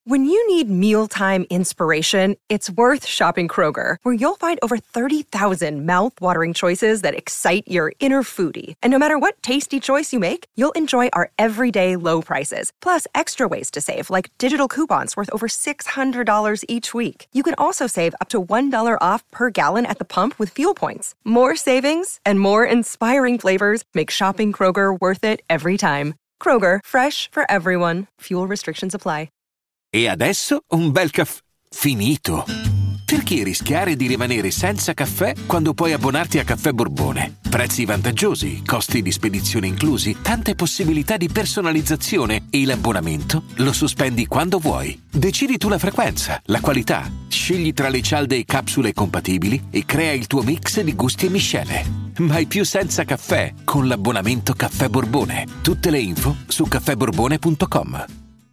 When you need mealtime inspiration, it's worth shopping Kroger, where you'll find over 30,000 mouth-watering choices that excite your inner foodie. And no matter what tasty choice you make, you'll enjoy our everyday low prices, plus extra ways to save, like digital coupons worth over $600 each week. You can also save up to $1 off per gallon at the pump with fuel points. More savings and more inspiring flavors make shopping Kroger worth it every time. Kroger, fresh for everyone. Fuel restrictions apply. E adesso un bel caffè finito. Perché rischiare di rimanere senza caffè quando puoi abbonarti a Caffè Borbone? Prezzi vantaggiosi, costi di spedizione inclusi, tante possibilità di personalizzazione e l'abbonamento lo sospendi quando vuoi. Decidi tu la frequenza, la qualità, scegli tra le cialde e capsule compatibili e crea il tuo mix di gusti e miscele. Mai più senza caffè con l'abbonamento Caffè Borbone. Tutte le info su caffèborbone.com.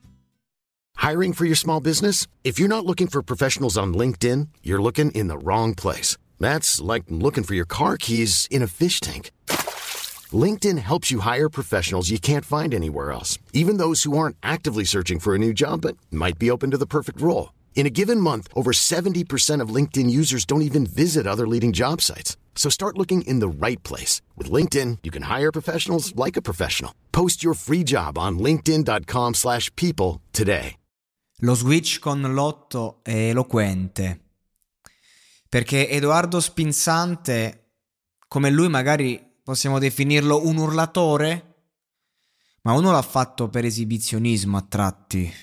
Hiring for your small business? If you're not looking for professionals on LinkedIn, you're looking in the wrong place. That's like looking for your car keys in a fish tank. LinkedIn helps you hire professionals you can't find anywhere else, even those who aren't actively searching for a new job but might be open to the perfect role. In a given month, over 70% of LinkedIn users don't even visit other leading job sites. So start looking in the right place. With LinkedIn, you can hire professionals like a professional. Post your free job on linkedin.com/people today. Lo switch con Lotto è eloquente, perché Edoardo Spinzante, come lui magari possiamo definirlo un urlatore, ma uno l'ha fatto per esibizionismo a tratti,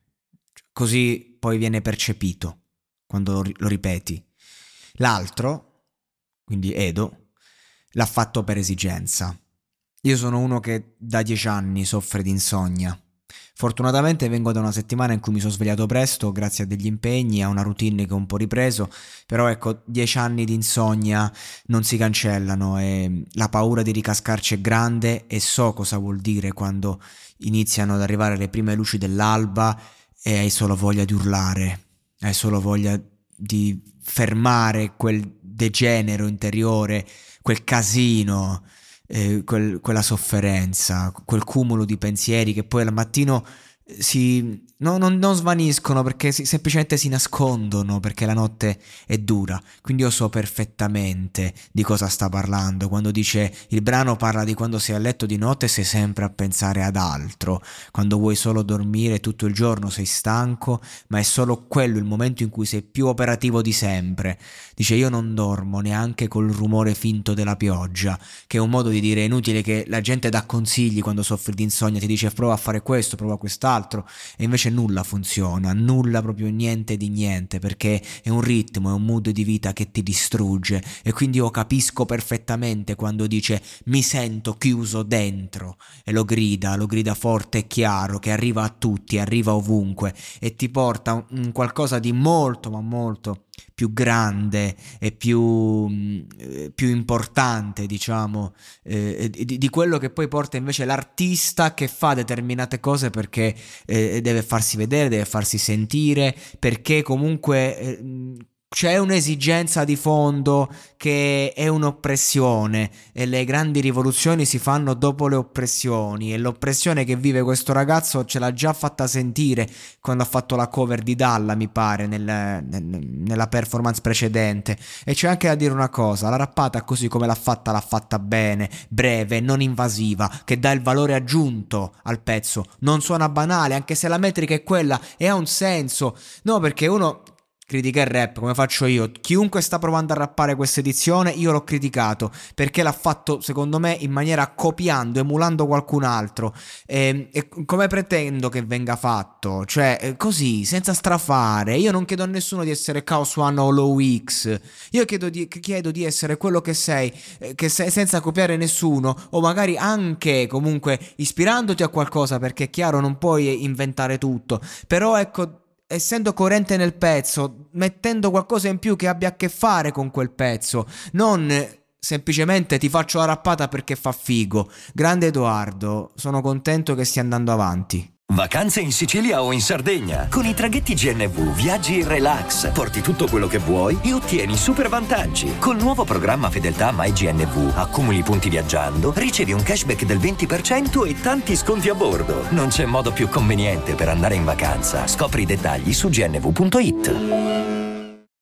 così poi viene percepito quando lo ripeti. L'altro, quindi Edo, l'ha fatto per esigenza. Io sono uno che da 10 anni soffre di insonnia. Fortunatamente vengo da una settimana in cui mi sono svegliato presto grazie a degli impegni, a una routine che ho un po' ripreso, però ecco, 10 anni di insonnia non si cancellano e la paura di ricascarci è grande e so cosa vuol dire quando iniziano ad arrivare le prime luci dell'alba e hai solo voglia di urlare, hai solo voglia di fermare quel degenero interiore, quel casino, quella sofferenza, quel cumulo di pensieri che poi al mattino non svaniscono perché semplicemente si nascondono perché la notte è dura. Quindi io so perfettamente di cosa sta parlando quando dice, il brano parla di quando sei a letto di notte e sei sempre a pensare ad altro, quando vuoi solo dormire tutto il giorno, sei stanco, ma è solo quello il momento in cui sei più operativo di sempre. Dice, io non dormo neanche col rumore finto della pioggia, che è un modo di dire, è inutile che la gente dà consigli quando soffri di insonnia, ti dice prova a fare questo, prova quest'altro, e invece nulla funziona, nulla, proprio niente di niente, perché è un ritmo, è un mood di vita che ti distrugge. E quindi io capisco perfettamente quando dice mi sento chiuso dentro, e lo grida forte e chiaro, che arriva a tutti, arriva ovunque e ti porta un qualcosa di molto ma molto più grande e più importante, diciamo, di quello che poi porta invece l'artista che fa determinate cose perché deve farsi vedere, deve farsi sentire, perché comunque c'è un'esigenza di fondo che è un'oppressione, e le grandi rivoluzioni si fanno dopo le oppressioni, e l'oppressione che vive questo ragazzo ce l'ha già fatta sentire quando ha fatto la cover di Dalla, mi pare, nella performance precedente. E c'è anche da dire una cosa, la rappata così come l'ha fatta bene, breve, non invasiva, che dà il valore aggiunto al pezzo, non suona banale anche se la metrica è quella e ha un senso. No, perché uno critica il rap come faccio io, chiunque sta provando a rappare questa edizione io l'ho criticato perché l'ha fatto secondo me in maniera copiando, emulando qualcun altro, e come pretendo che venga fatto, cioè così, senza strafare. Io non chiedo a nessuno di essere Chaos One o Low X, io chiedo di essere quello che sei senza copiare nessuno, o magari anche comunque ispirandoti a qualcosa, perché è chiaro non puoi inventare tutto, però ecco, essendo coerente nel pezzo, mettendo qualcosa in più che abbia a che fare con quel pezzo, non semplicemente ti faccio la rappata perché fa figo. Grande Edoardo, sono contento che stia andando avanti. Vacanze in Sicilia o in Sardegna. Con i traghetti GNV viaggi in relax, porti tutto quello che vuoi e ottieni super vantaggi. Col nuovo programma Fedeltà MyGNV accumuli punti viaggiando, ricevi un cashback del 20% e tanti sconti a bordo. Non c'è modo più conveniente per andare in vacanza. Scopri i dettagli su gnv.it.